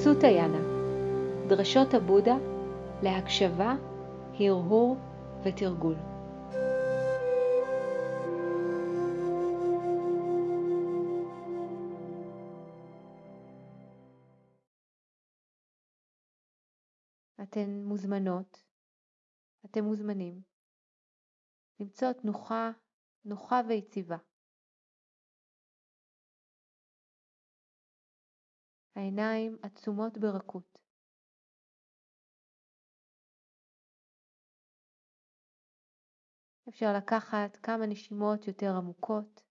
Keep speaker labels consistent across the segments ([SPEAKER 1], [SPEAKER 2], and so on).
[SPEAKER 1] סוטיינה, דרשות הבודה להקשבה, הרהור ותרגול. אתן מוזמנות, אתם מוזמנים, למצוא תנוחה נוחה ויציבה. העיניים עצומות ברכות. אפשר לקחת כמה נשימות יותר עמוקות.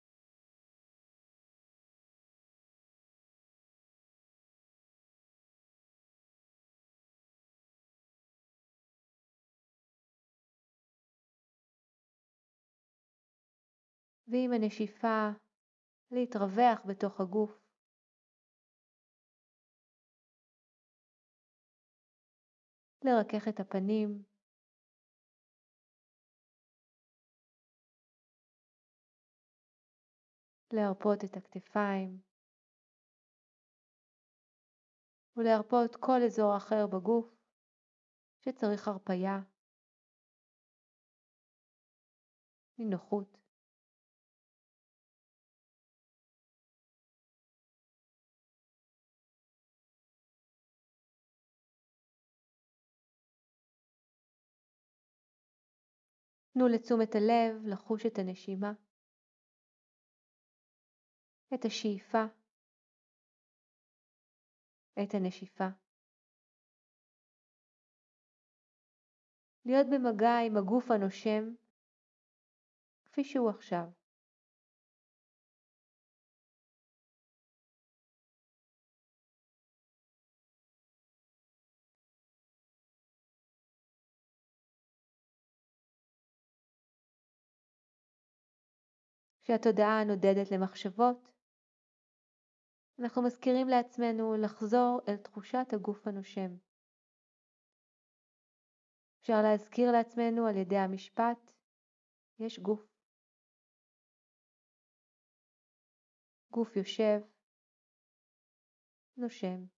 [SPEAKER 1] ועם הנשיפה להתרווח בתוך הגוף. לרכך את הפנים. להרפות את הכתפיים. ולהרפות כל אזור אחר בגוף שצריך הרפיה. נינוחות. תנו לתשומת הלב לחוש את הנשימה, את השאיפה, את הנשיפה. להיות במגע עם הגוף הנושם כפי שהוא עכשיו. כשהתודעה נודדת למחשבות, אנחנו מזכירים לעצמנו לחזור אל תחושת הגוף הנושם. אפשר להזכיר לעצמנו על ידי המשפט, יש גוף. גוף יושב, נושם.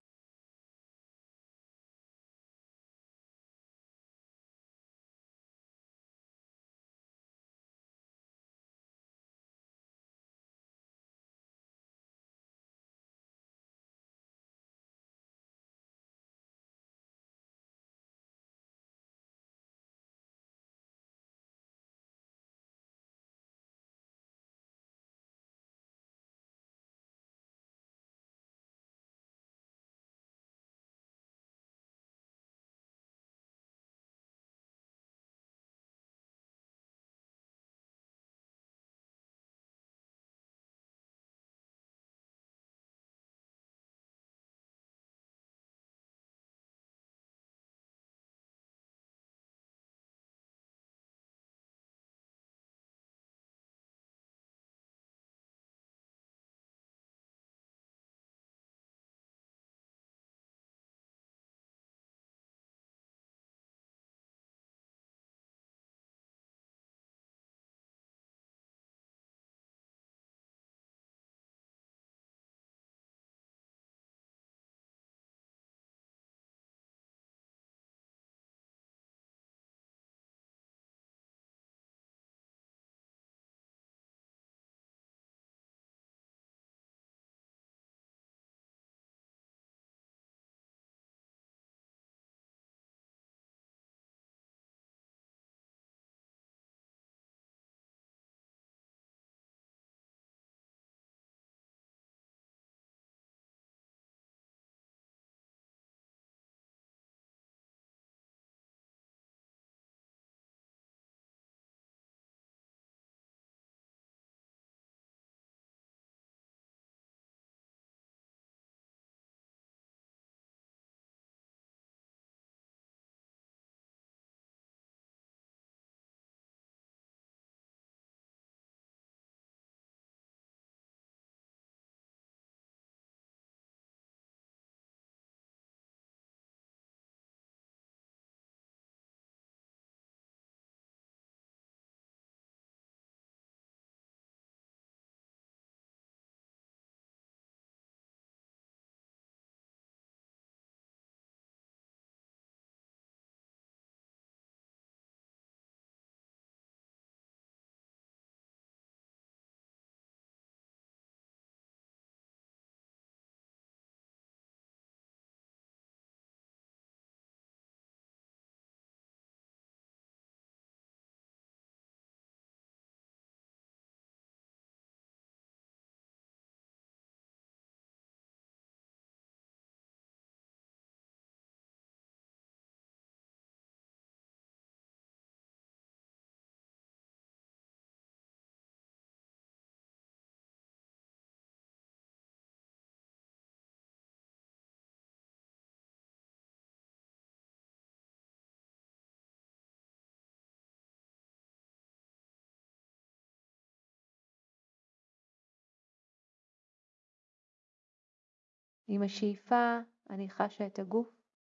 [SPEAKER 1] עם השאיפה אני חשה את הגוף.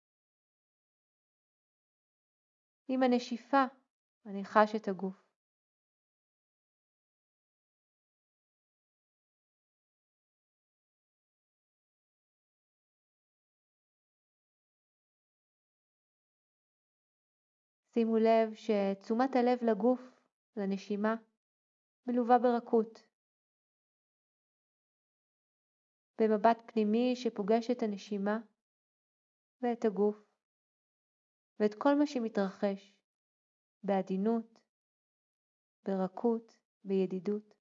[SPEAKER 1] עם הנשיפה אני חש את הגוף. שימו לב שתשומת הלב לגוף, לנשימה, מלווה ברכות. במבט פנימי שפוגש את הנשימה ואת הגוף ואת כל מה שמתרחש בעדינות, ברכות, בידידות.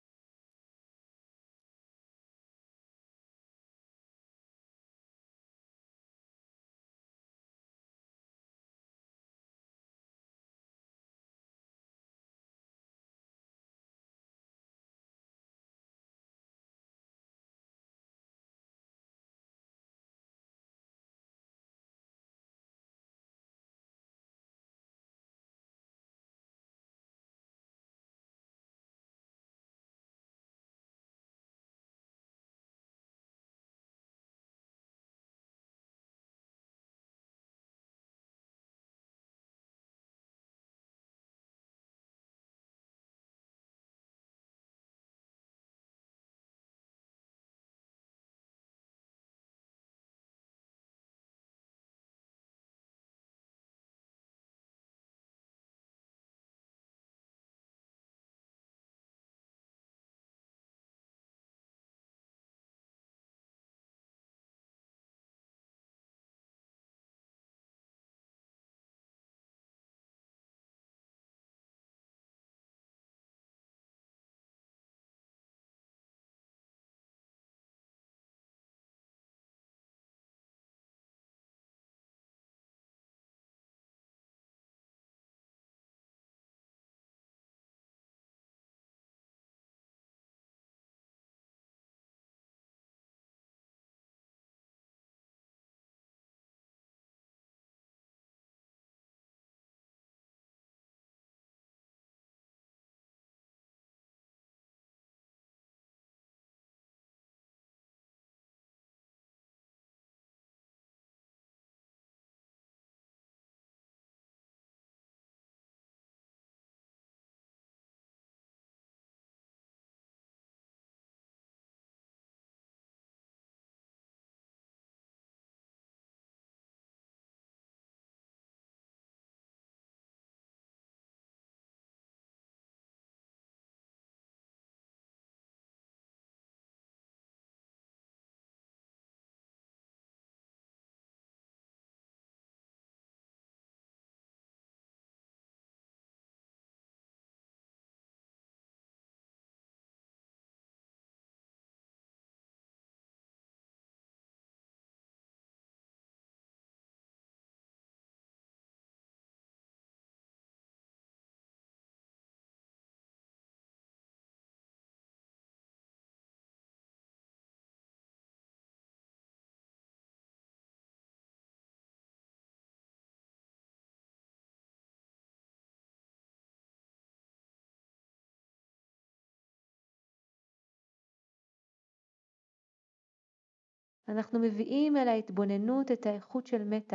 [SPEAKER 1] אנחנו מביאים אל ההתבוננות את האיכות של מטה,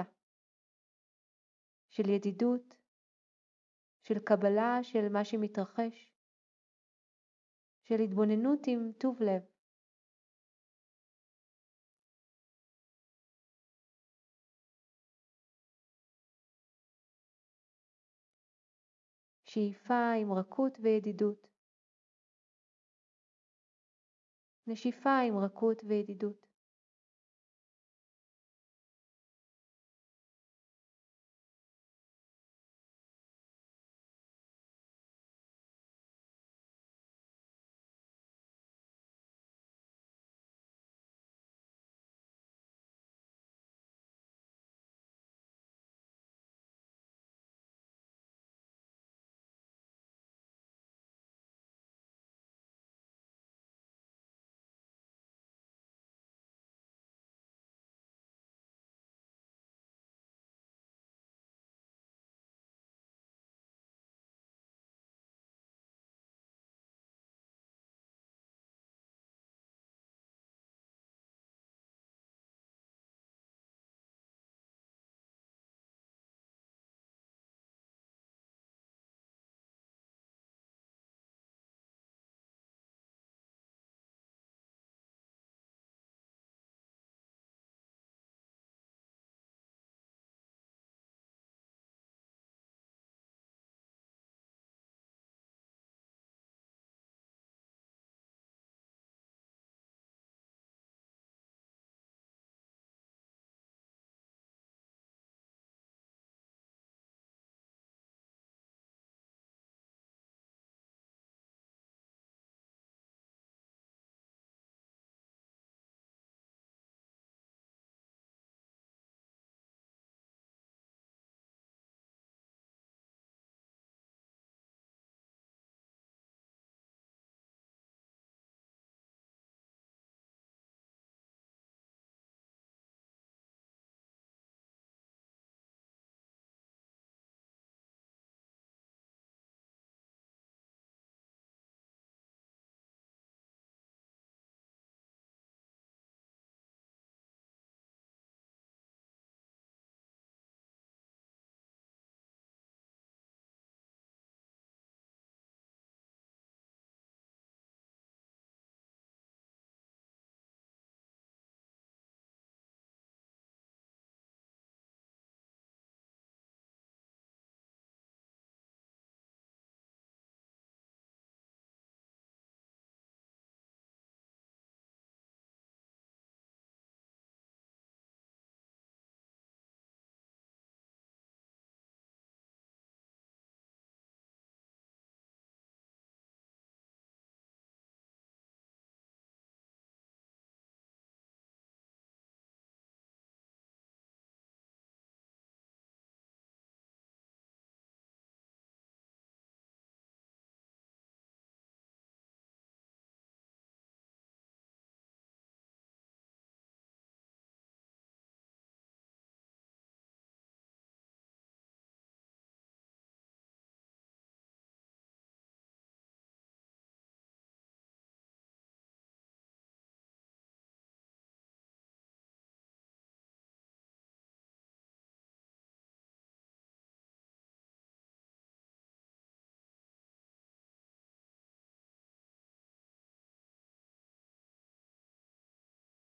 [SPEAKER 1] של ידידות, של קבלה של מה שמתרחש, של התבוננות עם טוב לב. שאיפה עם רכות וידידות. נשיפה עם רכות וידידות.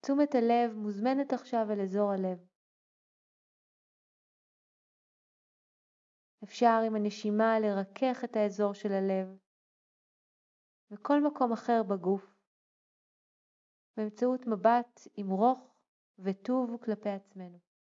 [SPEAKER 1] תשומת הלב מוזמנת עכשיו אל אזור הלב. אפשר עם הנשימה לרכך את האזור של הלב וכל מקום אחר בגוף באמצעות מבט עם רוך וטוב כלפי עצמנו.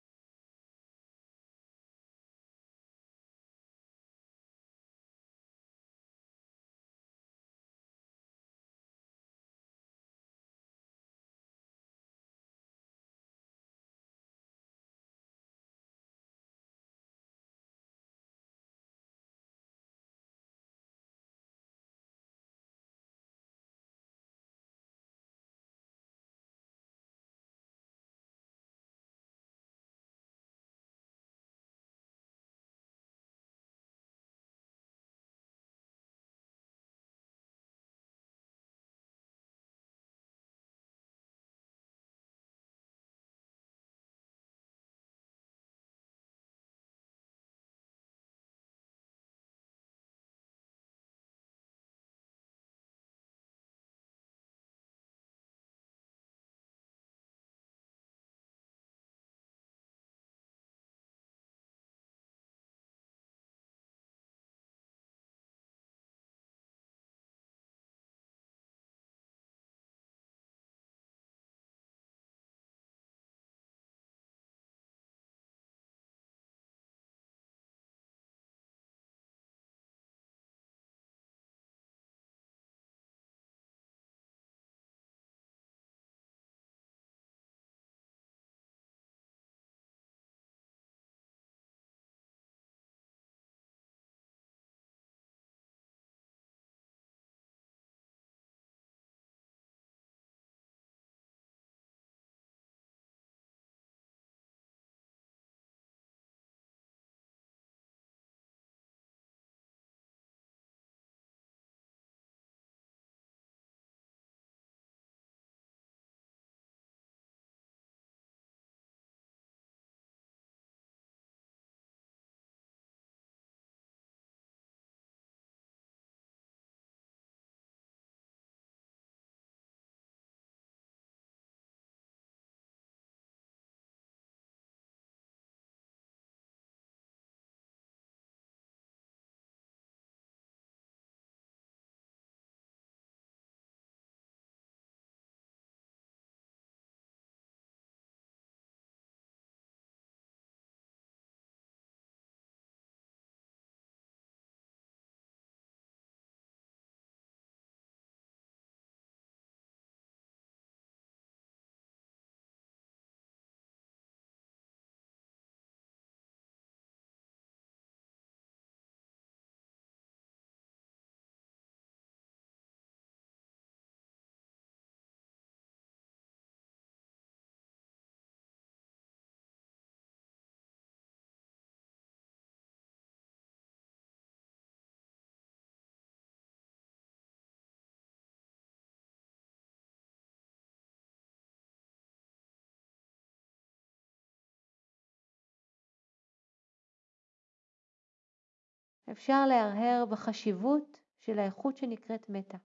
[SPEAKER 1] אפשר להרהר בחשיבות של האיכות שנקראת מטה,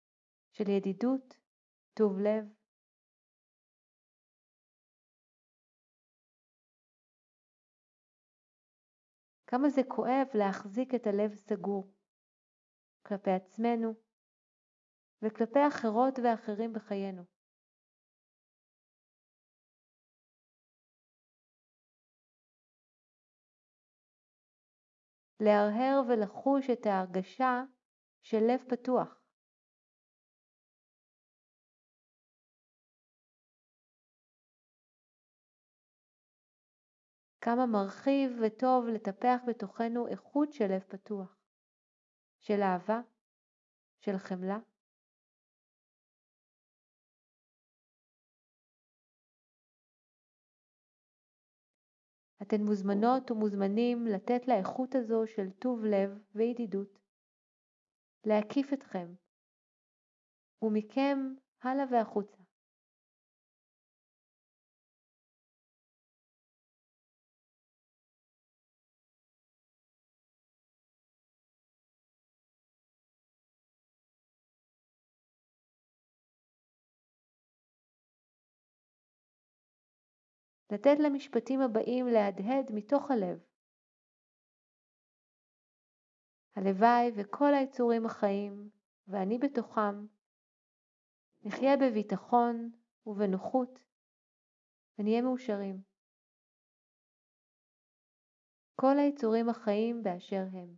[SPEAKER 1] של ידידות, טוב לב. כמה זה כואב להחזיק את הלב סגור כלפי עצמנו וכלפי אחרות ואחרים בחיינו. להרהר ולחוש את ההרגשה של לב פתוח. כמה מרחיב וטוב לטפח בתוכנו איכות של לב פתוח, של אהבה, של חמלה. אתן מוזמנות ומוזמנים לתת לאיכות הזו של טוב לב וידידות להקיף אתכם ומכם הלאה והחוצה. לתת למשפטים הבאים להדהד מתוך הלב. הלוואי וכל היצורים החיים, ואני בתוכם, נחיה בביטחון ובנוחות, ונהיה מאושרים. כל היצורים החיים באשר הם.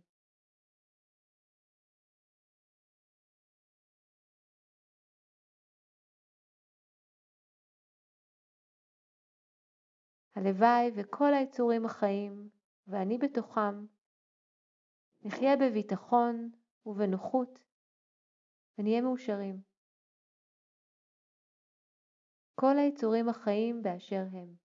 [SPEAKER 1] הלוואי וכל היצורים החיים, ואני בתוכם, נחיה בביטחון ובנוחות, ונהיה מאושרים. כל היצורים החיים באשר הם.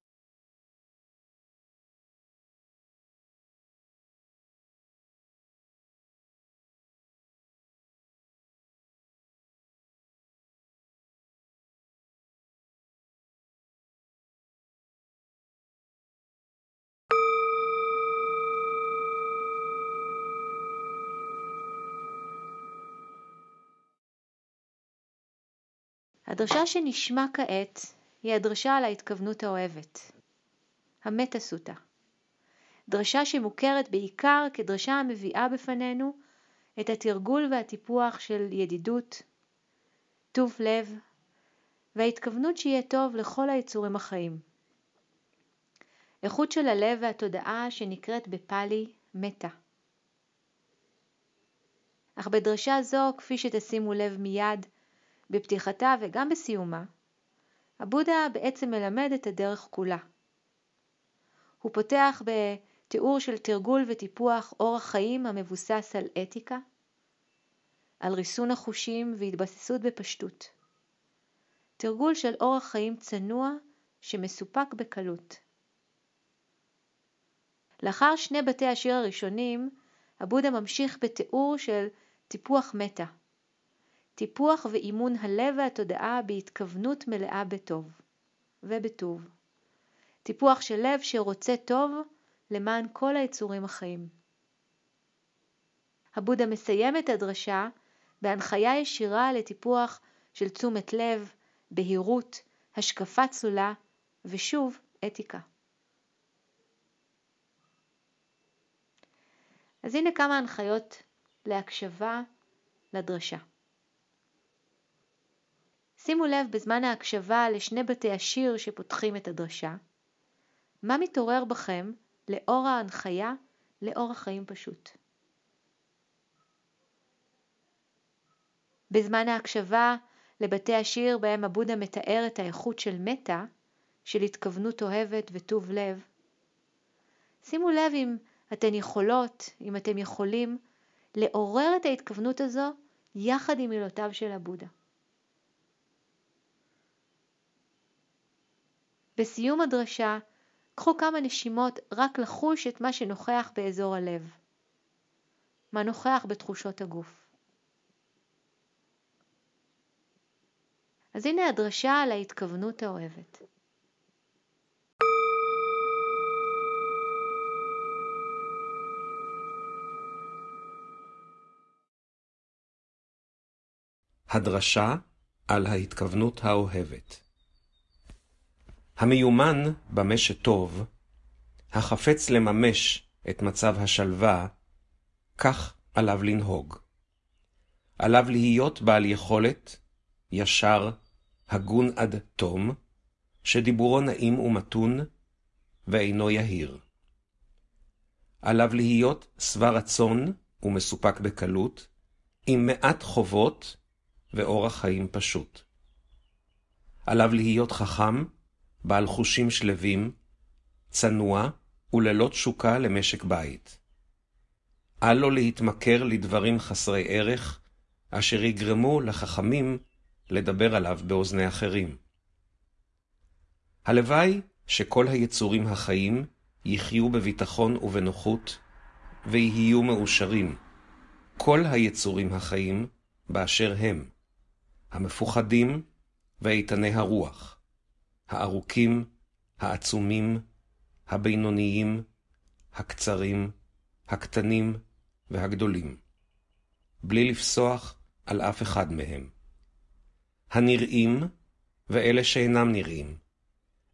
[SPEAKER 1] הדרשה שנשמע כעת היא הדרשה על ההתכוונות האוהבת, המטה סוטה. דרשה שמוכרת בעיקר כדרשה המביאה בפנינו את התרגול והטיפוח של ידידות, טוב לב, וההתכוונות שיהיה טוב לכל היצורים החיים. איכות של הלב והתודעה שנקראת בפאלי מטה. אך בדרשה זו, כפי שתשימו לב מיד, בפתיחתה וגם בסיומה, הבודה בעצם מלמד את הדרך כולה. הוא פותח בתיאור של תרגול וטיפוח אורח חיים המבוסס על אתיקה, על ריסון החושים והתבססות בפשטות. תרגול של אורח חיים צנוע שמסופק בקלות. לאחר שני בתי השיר הראשונים, הבודה ממשיך בתיאור של טיפוח מטה. טיפוח ואימון הלב והתודעה בהתכוונות מלאה בטוב ובטוב. טיפוח של לב שרוצה טוב למען כל היצורים החיים. הבודה מסיים את הדרשה בהנחיה ישירה לטיפוח של תשומת לב, בהירות, השקפה צלולה ושוב אתיקה. אז הנה כמה הנחיות להקשבה לדרשה. שימו לב בזמן ההקשבה לשני בתי השיר שפותחים את הדרשה, מה מתעורר בכם לאור ההנחיה לאורח חיים פשוט. בזמן ההקשבה לבתי השיר בהם הבודה מתאר את האיכות של מטה, של התכוונות אוהבת וטוב לב, שימו לב אם אתן יכולות, אם אתם יכולים, לעורר את ההתכוונות הזו יחד עם מילותיו של הבודה. בסיום הדרשה, קחו כמה נשימות רק לחוש את מה שנוכח באזור הלב. מה נוכח בתחושות הגוף. אז הנה הדרשה על ההתכוונות האוהבת.
[SPEAKER 2] הדרשה על ההתכוונות האוהבת. המיומן במה שטוב, החפץ לממש את מצב השלווה, כך עליו לנהוג. עליו להיות בעל יכולת, ישר, הגון עד תום, שדיבורו נעים ומתון, ואינו יהיר. עליו להיות שבע רצון ומסופק בקלות, עם מעט חובות ואורח חיים פשוט. עליו להיות חכם, בעל חושים שלווים, צנוע וללא תשוקה למשק בית. אל לו להתמכר לדברים חסרי ערך, אשר יגרמו לחכמים לדבר עליו באוזני אחרים. הלוואי שכל היצורים החיים יחיו בביטחון ובנוחות, ויהיו מאושרים. כל היצורים החיים באשר הם, המפוחדים ואיתני הרוח, הארוכים, העצומים, הבינוניים, הקצרים, הקטנים והגדולים, בלי לפסוח על אף אחד מהם. הנראים ואלה שאינם נראים,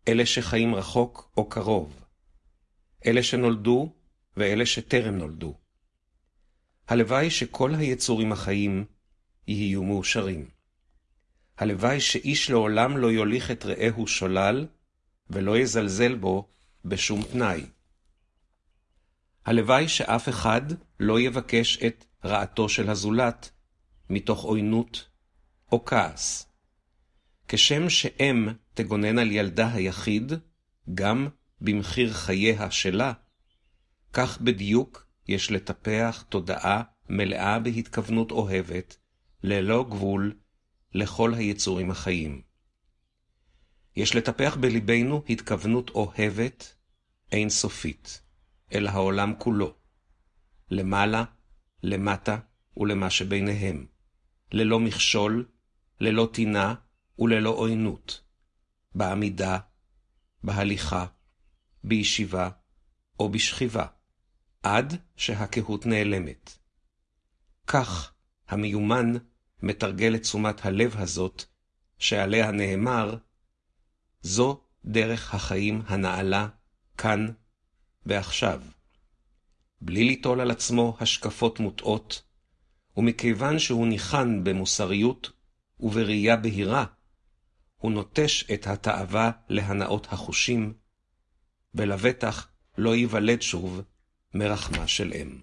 [SPEAKER 2] אלה שחיים רחוק או קרוב, אלה שנולדו ואלה שטרם נולדו. הלוואי שכל היצורים החיים יהיו מאושרים. הלוואי שאיש לעולם לא יוליך את רעהו שולל, ולא יזלזל בו בשום תנאי. הלוואי שאף אחד לא יבקש את רעתו של הזולת, מתוך עוינות או כעס. כשם שאם תגונן על ילדה היחיד, גם במחיר חייה שלה, כך בדיוק יש לטפח תודעה מלאה בהתכוונות אוהבת, ללא גבול, לכל היצורים החיים. יש לטפח בליבנו התכוונות אוהבת אינסופית, אל העולם כולו, למעלה, למטה ולמה שביניהם, ללא מכשול, ללא טינה וללא עוינות, בעמידה, בהליכה, בישיבה או בשכיבה, עד שהקהות נעלמת. כך המיומן מתרגל את תשומת הלב הזאת, שעליה נאמר, זו דרך החיים הנעלה כאן ועכשיו. בלי ליטול על עצמו השקפות מוטעות, ומכיוון שהוא ניחן במוסריות ובראייה בהירה, הוא נוטש את התאווה להנאות החושים, ולבטח לא ייוולד שוב מרחמה של אם.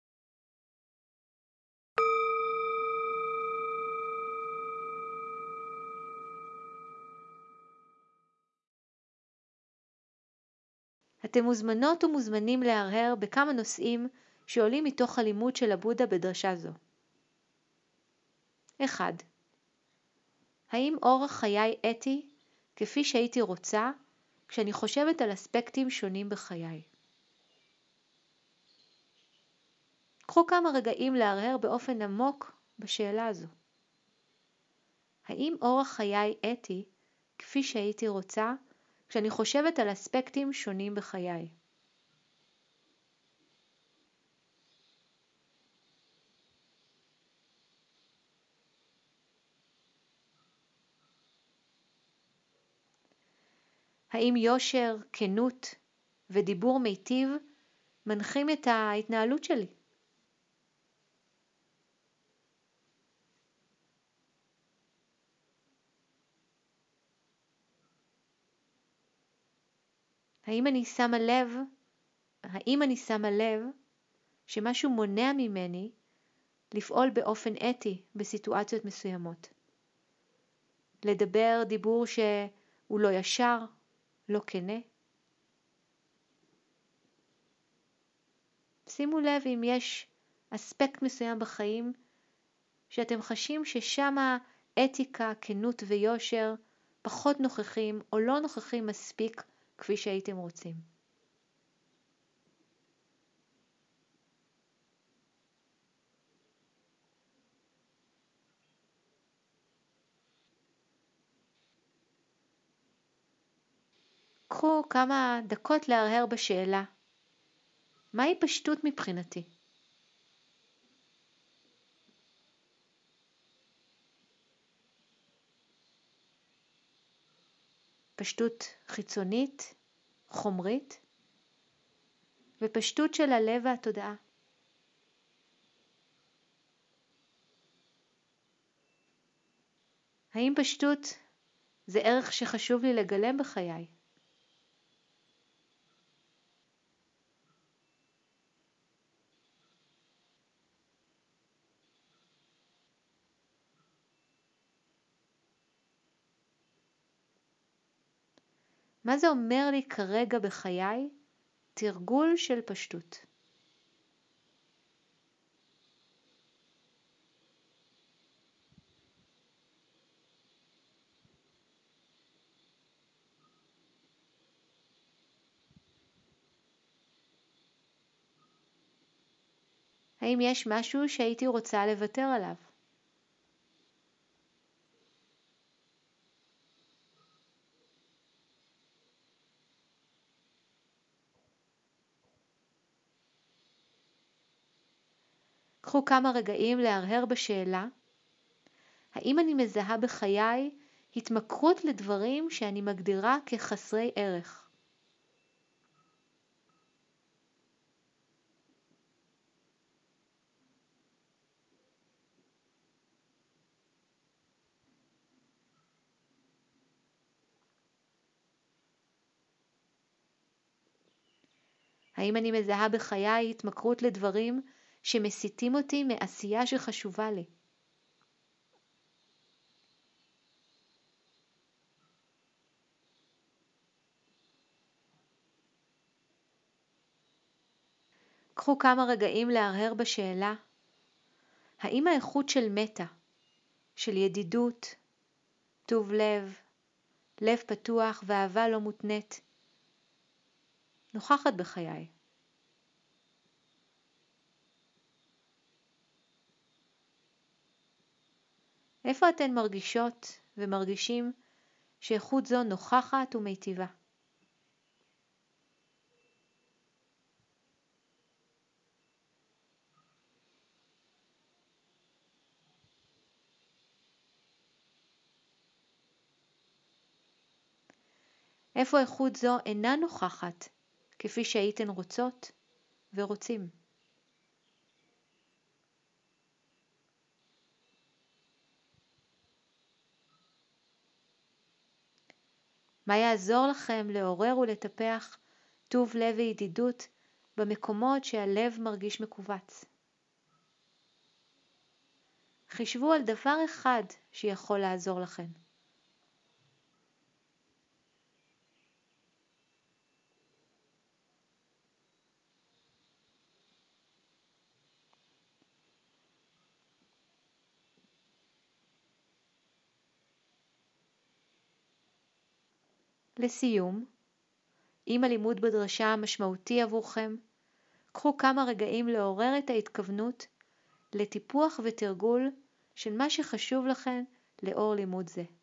[SPEAKER 1] אתם מוזמנות ומוזמנים להרהר בכמה נושאים שעולים מתוך הלימוד של הבודה בדרשה זו. 1. האם אורח חיי אתי כפי שהייתי רוצה כשאני חושבת על אספקטים שונים בחיי? קחו כמה רגעים להרהר באופן עמוק בשאלה הזו. האם אורח חיי אתי כפי שהייתי רוצה כשאני חושבת על אספקטים שונים בחיי? האם יושר, כנות ודיבור מיטיב מנחים את ההתנהלות שלי? האם אני שמה לב שמשהו מונע ממני לפעול באופן אתי בסיטואציות מסוימות? לדבר דיבור שהוא לא ישר, לא כנה? שימו לב אם יש אספקט מסוים בחיים שאתם חשים ששם האתיקה, כנות ויושר פחות נוכחים או לא נוכחים מספיק כפי שהייתם רוצים. קחו כמה דקות להרהר בשאלה, מהי פשטות מבחינתי? פשטות חיצונית, חומרית, ופשטות של הלב והתודעה. האם פשטות זה ערך שחשוב לי לגלם בחיי? מה זה אומר לי כרגע בחיי? תרגול של פשטות. האם יש משהו שהייתי רוצה לוותר עליו? קחו כמה רגעים להרהר בשאלה, האם אני מזהה בחיי התמכרות לדברים שאני מגדירה כחסרי ערך. האם אני מזהה בחיי התמכרות לדברים שמסיתים אותי מעשייה שחשובה לי? קחו כמה רגעים להרהר בשאלה, האם האיכות של מטה, של ידידות, טוב לב, לב פתוח ואהבה לא מותנית, נוכחת בחיי? איפה אתן מרגישות ומרגישים שאיכות זו נוכחת ומיטיבה? איפה איכות זו אינה נוכחת כפי שהייתן רוצות ורוצים? מה יעזור לכם לעורר ולטפח טוב לב וידידות במקומות שהלב מרגיש מכווץ? חישבו על דבר אחד שיכול לעזור לכם. לסיום, אם הלימוד בדרשה משמעותי עבורכם, קחו כמה רגעים לעורר את ההתכוונות לטיפוח ותרגול של מה שחשוב לכם לאור לימוד זה.